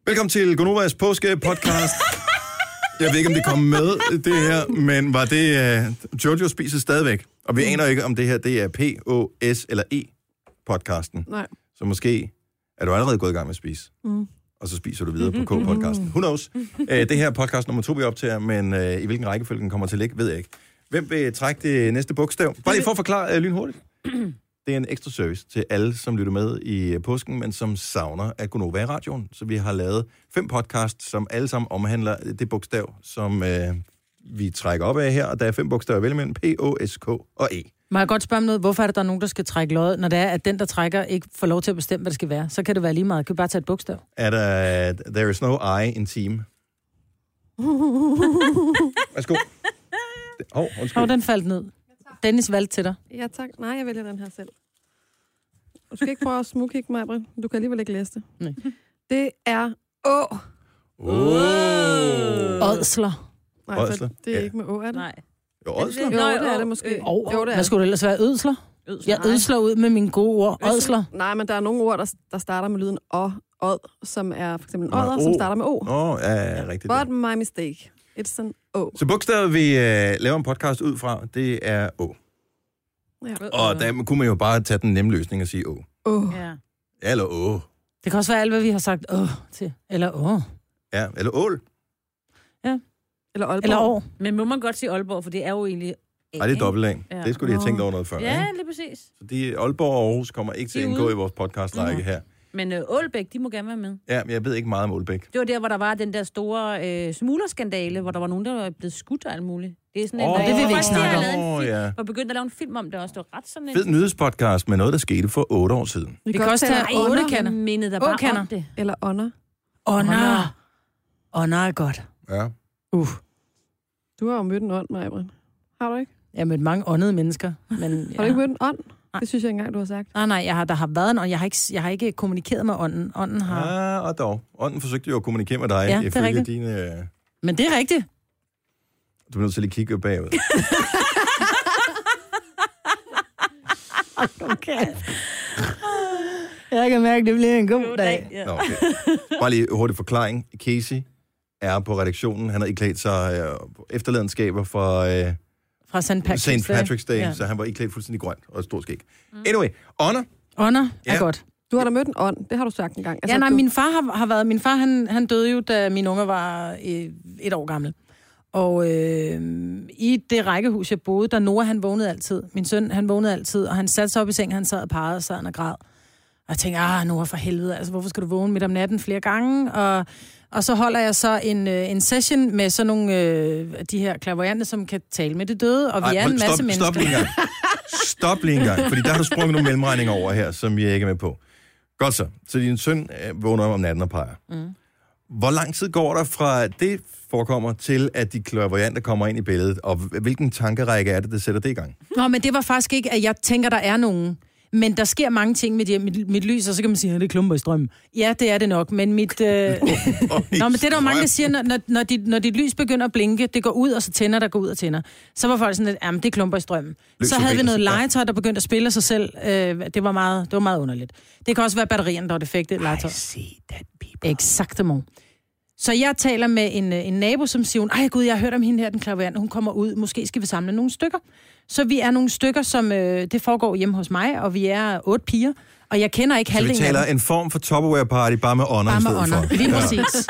Velkommen til Gonovas påske-podcast. Jeg ved ikke, om det kom med, det her, men var det... Jojo spiser stadigvæk, og vi aner ikke, om det her det er P-O-S eller E-podcasten. Nej. Så måske er du allerede gået i gang med at spise. Og så spiser du videre på K-podcasten. Who knows? Det her er podcast nummer 2, vi optager, men i hvilken rækkefølge den kommer til at ligge, ved jeg ikke. Hvem vil trække det næste bogstav? Bare lige for at forklare lynhurtigt. Det er en ekstra service til alle, som lytter med i påsken, men som savner at Gonova i radioen. Så vi har lavet 5 podcasts, som alle sammen omhandler det bogstav, som vi trækker op af her. Og der er 5 bogstaver vel mellem P, O, S, K og E. Må jeg godt spørge om noget? Hvorfor er det, der er nogen, der skal trække lod, når det er, at den, der trækker, ikke får lov til at bestemme, hvad det skal være? Så kan det være lige meget. Kan vi bare tage et bogstav? Er der... There is no I in team. Værsgo. Undskyld. Den faldt ned. Dennis valgte til dig. Ja, tak. Nej, jeg vælger den her selv. Du skal ikke prøve at smugkigge mig, Britt. Du kan alligevel ikke læse det. Nej. Det er Å. Ådsler. Nej, Ådsler? det er ikke med Å, er det? Nej. Jo, Ådsler. Jo, det er det måske. Jo, det er Hvad skulle det ellers være? Ødsler? Jeg ødsler ud med mine gode ord. Ådsler. Nej, men der er nogle ord, der starter med lyden Å, som er for eksempel en odder, som starter med O. Ja, rigtigt. But my mistake. It's an O. Så bogstavet, vi laver en podcast ud fra, det er Å. Ja. Og der kunne man jo bare tage den nemme løsning og sige Å. Ja. Eller Å. Det kan også være alt, hvad vi har sagt til. Eller Ja, eller Ål. Ja. Eller Aalborg. Eller år. Men må man godt sige Aalborg, for det er jo egentlig... Nej, det er dobbelt A. Ja. Det skulle de have tænkt over noget før. Ja, ikke? lige præcis. Så de Aalborg og Aarhus kommer ikke til at indgå i vores podcastrække her. Men Aalbæk, de må gerne være med. Ja, men jeg ved ikke meget om Aalbæk. Det var der, hvor der var den der store smuglerskandale, hvor der var nogen, der var blevet skudt og alt muligt. Det er sådan en... det vil vi ikke snakke om. Ja. Og begyndte at lave en film om det også. Det var ret sådan en... Fed nyhedspodcast med noget, der skete for 8 år siden. Vi kan også tage åndekander. mindede der bare Åkander. om det. Eller ånder. Ånder er godt. Ja. Du har jo mødt en ånd, Maj-Britt. Har du ikke? Jeg har mødt mange åndede mennesker. Men Har du ikke mødt en ånd? Det synes jeg ikke engang, du har sagt. Nej, der har været en ånd. Jeg har ikke kommunikeret med ånden. Ånden har... Ja, og dog. Ånden forsøgte jo at kommunikere med dig. Ja, det er rigtigt. Dine... Men det er rigtigt. Du er nødt til at kigge bagud. Okay. Jeg kan mærke, det bliver en god dag. Ja. Nå, okay. Bare lige hurtig forklaring. Casey er på redaktionen. Han har iklædt sig efterladenskaber Fra St. Patrick's Day, Ja. så han var iklædt fuldstændig grønt og et stort skæg. Anyway, Honor. Ånder er Ja. godt. Du har da mødt en ånd. Det har du sagt en gang. Ja, nej, min far har været... Min far, han døde jo, da mine unger var 1 år gammel. Og i det rækkehus, jeg boede, der Noah, han vågnede altid. Min søn, han vågnede altid, og han satte sig op i sengen, han sad og pegede, sad og græd. Og jeg tænkte, Noah, for helvede, altså, hvorfor skal du vågne midt om natten flere gange? Og så holder jeg så en session med sådan nogle de her clairvoyante, som kan tale med det døde, og vi er en masse mennesker. Stop lige en gang, fordi der har du sprunget nogle mellemregninger over her, som jeg ikke er med på. Godt så. Så din søn vågner om natten og peger. Hvor lang tid går der fra det forekommer til, at de clairvoyante kommer ind i billedet, og hvilken tankerække er det, der sætter det i gang? Nå, men det var faktisk ikke, at jeg tænker, der er nogen. Men der sker mange ting med mit lys, og så kan man sige, at det klumper i strømmen. Ja, det er det nok, men mit... Nå, men det er der mange, der siger, når dit lys begynder at blinke, det går ud, og så tænder, der går ud og tænder. Så var folk sådan lidt, jamen, det klumper i strømmen. Så havde vi noget legetøj, der begyndte at spille sig selv. Det var meget underligt. Det kan også være batterierne, der var defekte legetøj. I see that people. Exactement. Så jeg taler med en nabo, som siger, ej gud, jeg har hørt om hende her, den clairvoyante, hun kommer ud, måske skal vi samle nogle stykker. Så vi er nogle stykker, som det foregår hjemme hos mig, og vi er 8 piger, og jeg kender ikke halvdelen af dem. Så vi taler en form for Tupperware party, bare med ånder i stedet for. Lige præcis.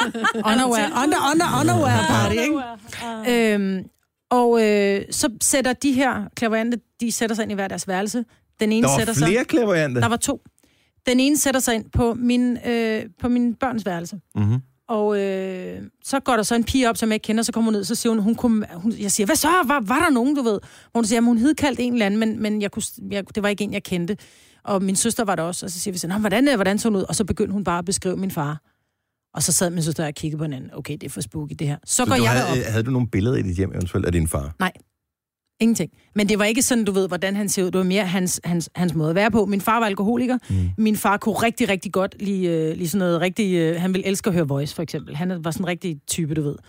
Underwear party, ikke? Og så sætter de her clairvoyante, de sætter sig ind i hver deres værelse. Den ene Der var flere clairvoyante? Der var 2. Den ene sætter sig ind på min børns værelse. Mm-hmm. Og så går der så en pige op, som jeg ikke kender, så kommer hun ned, så siger hun jeg siger, hvad så? Var der nogen, du ved? Hun siger, hun hed kaldt en eller anden, men det var ikke en, jeg kendte. Og min søster var der også, og så siger vi sådan, hvordan så hun ud? Og så begyndte hun bare at beskrive min far. Og så sad min søster og kiggede på hinanden. Okay, det er for spooky, det her. Så går jeg derop. Havde du nogle billeder i dit hjem, eventuelt, af din far? Nej. Ingenting. Men det var ikke sådan, du ved, hvordan han ser ud. Det var mere hans måde at være på. Min far var alkoholiker. Min far kunne rigtig, rigtig godt lide sådan noget rigtig... han ville elske at høre Voice, for eksempel. Han var sådan en rigtig type, du ved.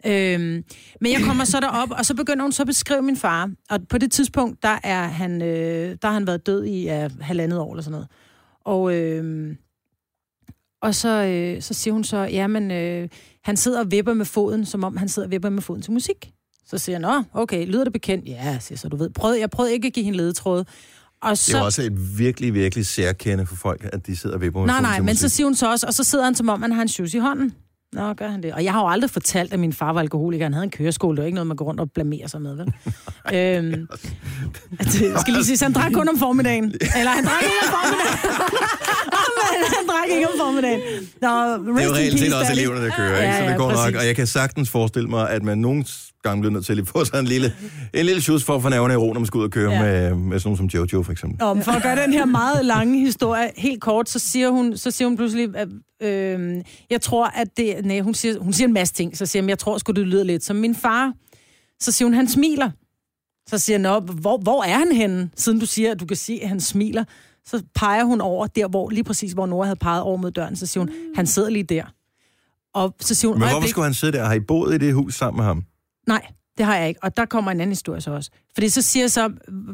Men jeg kommer så derop, og så begynder hun så at beskrive min far. Og på det tidspunkt, der har han været død i 1,5 år eller sådan noget. Og så siger hun så, jamen, han sidder og vipper med foden, som om han sidder og vipper med foden til musik. Så siger han, okay, lyder det bekendt? Ja, siger så, du ved. Jeg prøvede ikke at give hende ledetråd. Og så... Det er også et virkelig, virkelig særkende for folk, at de sidder og vipper med foden til musik. Nej, men så siger hun så også, og så sidder han, som om han har en shoes i hånden. Nå, gør han det. Og jeg har jo aldrig fortalt, at min far var alkoholiker. Han havde en køreskole. Det var ikke noget, man går rundt og blamerer sig med, vel? Jeg skal lige sige, han drak kun om formiddagen. Eller han drak ikke om formiddagen. Han drak ikke om formiddagen. Nå, det er jo reelt set også eleverne, der kører, ikke? Så det går nok. Og jeg kan sagtens forestille mig, at man nogle gange bliver nødt til at få sig en lille shoes for at få nerverne i ro, når man skal ud og køre med sådan nogen som Jojo, for eksempel. For at gøre den her meget lange historie helt kort, så siger hun pludselig, jeg tror, at det... Nej, hun siger en masse ting. Så siger hun, jeg tror sgu, det lyder lidt som min far. Så siger hun, han smiler. Så siger han, hvor er han henne? Siden du siger, at du kan se, at han smiler. Så peger hun over der, lige præcis hvor Nora havde peget over mod døren. Så siger hun, han sidder lige der. Og så siger hun, men hvorfor skulle han sidde der? Har I boet i det hus sammen med ham? Nej, det har jeg ikke. Og der kommer en anden historie så også. Fordi så siger så,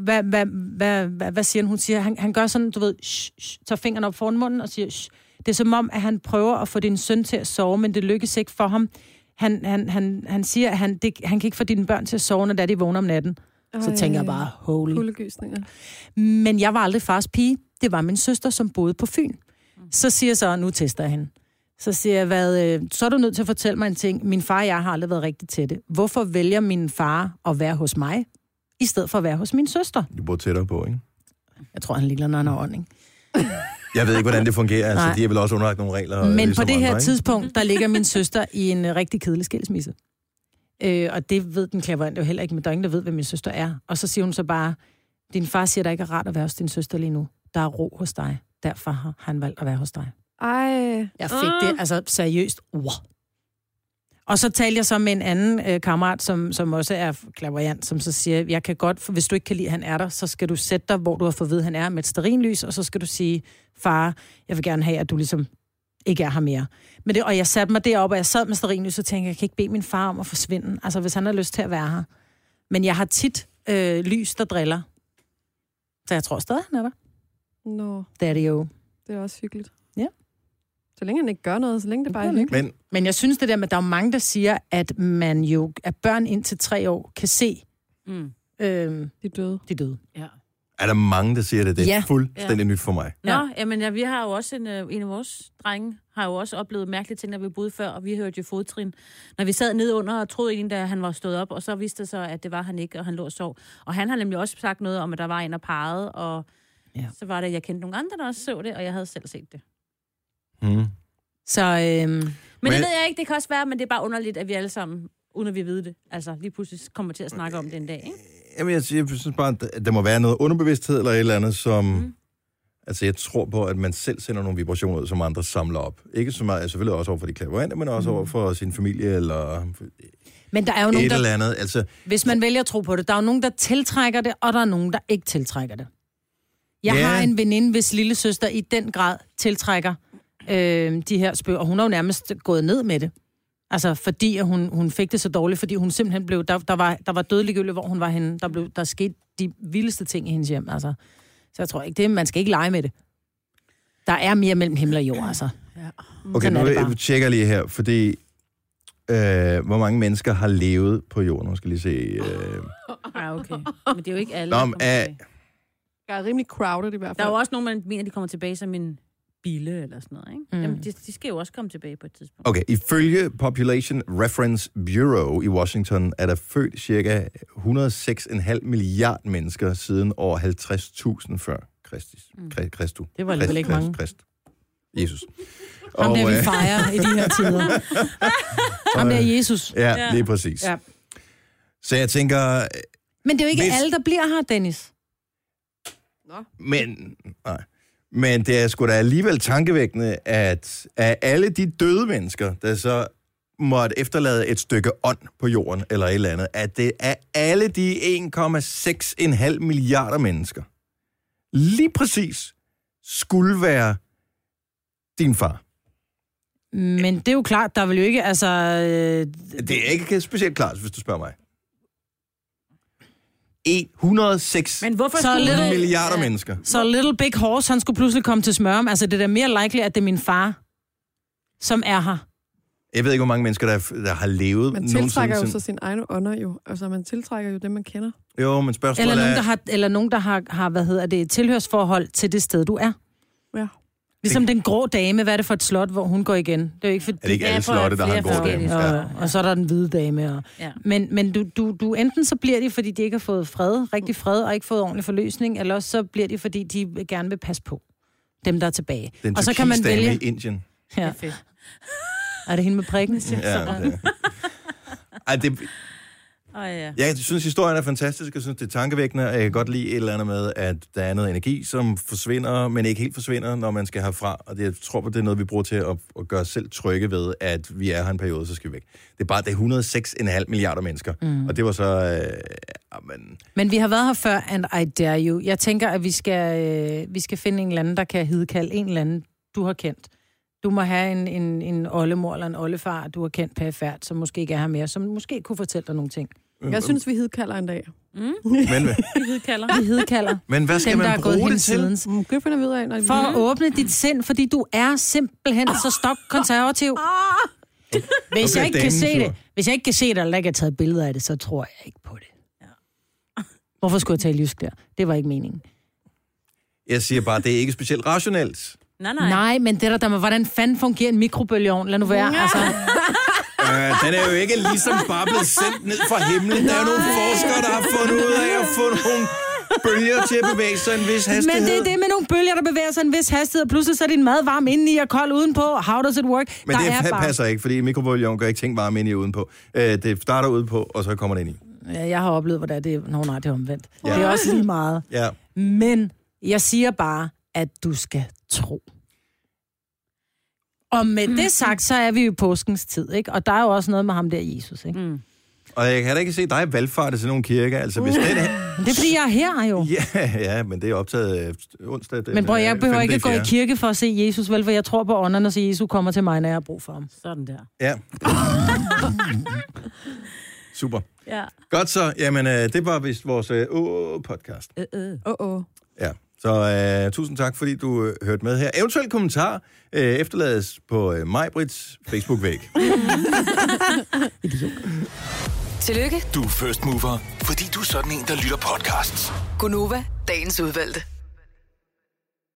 hvad siger han? Hun siger, han gør sådan, du ved, tager fingeren op foran munden og siger, shh. Det er som om, at han prøver at få din søn til at sove, men det lykkes ikke for ham. Han siger, at han kan ikke få dine børn til at sove, når de vågner om natten. Så tænker jeg bare, holy. Kuldegysninger. Men jeg var aldrig fars pige. Det var min søster, som boede på Fyn. Så siger jeg så, nu tester jeg hende. Så siger jeg, så er du nødt til at fortælle mig en ting. Min far og jeg har aldrig været rigtig tætte. Hvorfor vælger min far at være hos mig, i stedet for at være hos min søster? Du bor tættere på, ikke? Jeg tror, han ligger når han har ånding. Jeg ved ikke, hvordan det fungerer. Altså, de er vel også underlagt nogle regler. Men på det her andre, tidspunkt, der ligger min søster i en rigtig kedelig skilsmisse. Og det ved den klaverant jo heller ikke, men der er ingen, der ved, hvad min søster er. Og så siger hun så bare, din far siger, der ikke er rart at være hos din søster lige nu. Der er ro hos dig. Derfor har han valgt at være hos dig. Ej. Jeg fik det altså seriøst. Og så talte jeg så med en anden kammerat, som også er klaverant, som så siger, jeg kan godt, for hvis du ikke kan lide, at han er der, så skal du sætte dig, hvor du har fået at vide, at han er med et stearinlys, og så skal du sige, far, jeg vil gerne have, at du ligesom ikke er her mere. Men det, og jeg satte mig deroppe, og jeg sad med stearinlys, og tænkte, jeg kan ikke bede min far om at forsvinde, altså hvis han har lyst til at være her. Men jeg har tit lys, der driller. Så jeg tror stadig, han er der. Nå. Det er det jo. Det er også hyggeligt. Ja. Så længe han ikke gør noget, så længe det bare er hyggeligt. Men jeg synes det der med, der er mange, der siger, at man jo, at børn indtil 3 år kan se de døde. De døde. Ja. Er der mange, der siger det? Det er fuldstændig nyt for mig. Nå, jamen vi har jo også en af vores drenge, har jo også oplevet mærkelige ting, når vi boede før, og vi hørte jo fodtrin. Når vi sad nede under og troede egentlig, at han var stået op, og så viste det sig, at det var han ikke, og han lå og sov. Og han har nemlig også sagt noget om, at der var en, der pegede, og så var det, jeg kendte nogle andre, der også så det, og jeg havde selv set det. Så, men det ved jeg ikke, det kan også være, men det er bare underligt, at vi alle sammen, uden at vi ved det, altså lige pludselig kommer til at snakke om det en dag, ikke? Jamen, jeg synes bare, at der må være noget underbevidsthed eller et eller andet, som... Altså, jeg tror på, at man selv sender nogle vibrationer ud, som andre samler op. Ikke så meget, selvfølgelig også over for de klaverante, men også over for sin familie, eller... Men der er jo nogen, et eller andet, altså... Hvis man vælger at tro på det, der er jo nogen, der tiltrækker det, og der er nogen, der ikke tiltrækker det. Jeg har en veninde, hvis lille søster i den grad tiltrækker de her spøger, og hun har jo nærmest gået ned med det. Altså, fordi at hun fik det så dårligt, fordi hun simpelthen blev... Der var dødelig hvor hun var henne. Der skete de vildeste ting i hendes hjem, altså. Så jeg tror ikke, man skal ikke lege med det. Der er mere mellem himmel og jord, altså. Ja. Okay, nu tjekker jeg lige her, fordi... hvor mange mennesker har levet på jorden? Nu skal lige se... okay. Men det er jo ikke alle. Der er rimelig crowded i hvert fald. Der er jo også nogen, man mener, de kommer tilbage som en bille eller sådan noget, ikke? Jamen, de skal jo også komme tilbage på et tidspunkt. Okay, ifølge Population Reference Bureau i Washington er der født cirka 106,5 milliard mennesker siden år 50.000 før Kristus. Det var alligevel ikke mange. Jesus. Ham der, vi fejrer i de her tider. Ham der Jesus. Ja, lige præcis. Ja. Så jeg tænker... Men det er jo ikke alle, der bliver her, Dennis. Men det er sgu da alligevel tankevækkende, at af alle de døde mennesker, der så måtte efterlade et stykke ånd på jorden, eller et eller andet, at det er alle de 1,6,5 milliarder mennesker, lige præcis skulle være din far. Men det er jo klart, der vil jo ikke, altså... Det er ikke specielt klart, hvis du spørger mig. 106 milliarder mennesker. Så Little Big Horse, han skulle pludselig komme til Smørum. Altså, det er da mere likely, at det er min far, som er her. Jeg ved ikke, hvor mange mennesker, der har levet Man tiltrækker jo så sin egne ånder jo. Altså, man tiltrækker jo dem, man kender. Jo, men spørgsmålet Eller nogen, der har et tilhørsforhold til det sted, du er. Ja. Ligesom den grå dame, hvad er det for et slot, hvor hun går igen? Det er jo ikke fordi... Er det ikke alle slotte, der har en grå dame? Og så er der den hvide dame. Og... Ja. Men du enten så bliver de, fordi de ikke har fået rigtig fred, og ikke fået ordentlig forløsning, eller også så bliver de, fordi de gerne vil passe på dem, der er tilbage. Den og så kan man vælge... i Indien. Ja. Det er fedt. Er det hende med prikken? Ja, det... Jeg synes, historien er fantastisk. Jeg synes, det er tankevækkende. Jeg kan godt lide et eller andet med, at der er noget energi, som forsvinder, men ikke helt forsvinder, når man skal herfra. Og jeg tror, det er noget, vi bruger til at gøre os selv trygge ved, at vi er her en periode, så skal vi væk. Det er 106,5 milliarder mennesker. Og det var så... Men vi har været her før, and I dare you. Jeg tænker, at vi skal finde en eller anden, der kan hidkalde en eller anden, du har kendt. Du må have en oldemor eller en oldefar, du har kendt perifært, som måske ikke er her mere, som måske kunne fortælle dig nogle ting. Jeg synes, vi hidkalder en dag. Men, Vi hidkalder. Men hvad skal dem, man bruge det til? Det finder vi ud af, for at åbne dit sind, fordi du er simpelthen så stokkonservativ. Hvis jeg ikke kan se det, eller ikke har taget billeder af det, så tror jeg ikke på det. Ja. Hvorfor skulle jeg tale jysk der? Det var ikke meningen. Jeg siger bare, det er ikke specielt rationelt. Nej, men det der med, hvordan fanden fungerer en mikrobølgeovn? Lad nu være, altså. Den er jo ikke ligesom bare blevet sendt ned fra himlen. Der er jo nogle forskere, der har fundet ud af at få nogle bølger til at bevæge sig en vis hastighed. Men det er det med nogle bølger, der bevæger sig en vis hastighed, og pludselig så er din mad varm indeni og kold udenpå. How does it work? Men det passer ikke, fordi mikrobølgeovn gør ikke ting varme indeni og udenpå. Det starter udenpå, og så kommer det ind i. Ja, jeg har oplevet, hvordan det er. Nej, det er omvendt. Ja. Det er også lige meget. Ja. Men jeg siger bare, at du skal tro. Og med det sagt, så er vi jo i påskens tid, ikke? Og der er jo også noget med ham der, Jesus, ikke? Og jeg kan da ikke se dig valgfarte til nogle kirker. Altså, hvis det er... Det er fordi, jeg er her jo. Ja, men det er optaget onsdag. Men bror, jeg behøver ikke at gå i kirke for at se Jesus, vel? For jeg tror på ånderne, så Jesus kommer til mig, når jeg har brug for ham. Sådan der. Ja. Super. Ja. Godt så. Jamen, det var vist vores podcast. Ja. Så tusind tak, fordi du hørte med her. Eventuelt kommentar efterlades på Majbrits Facebook-væg. Tillykke. Du er first mover, fordi du er sådan en, der lytter podcasts. Gunova, dagens udvalgte.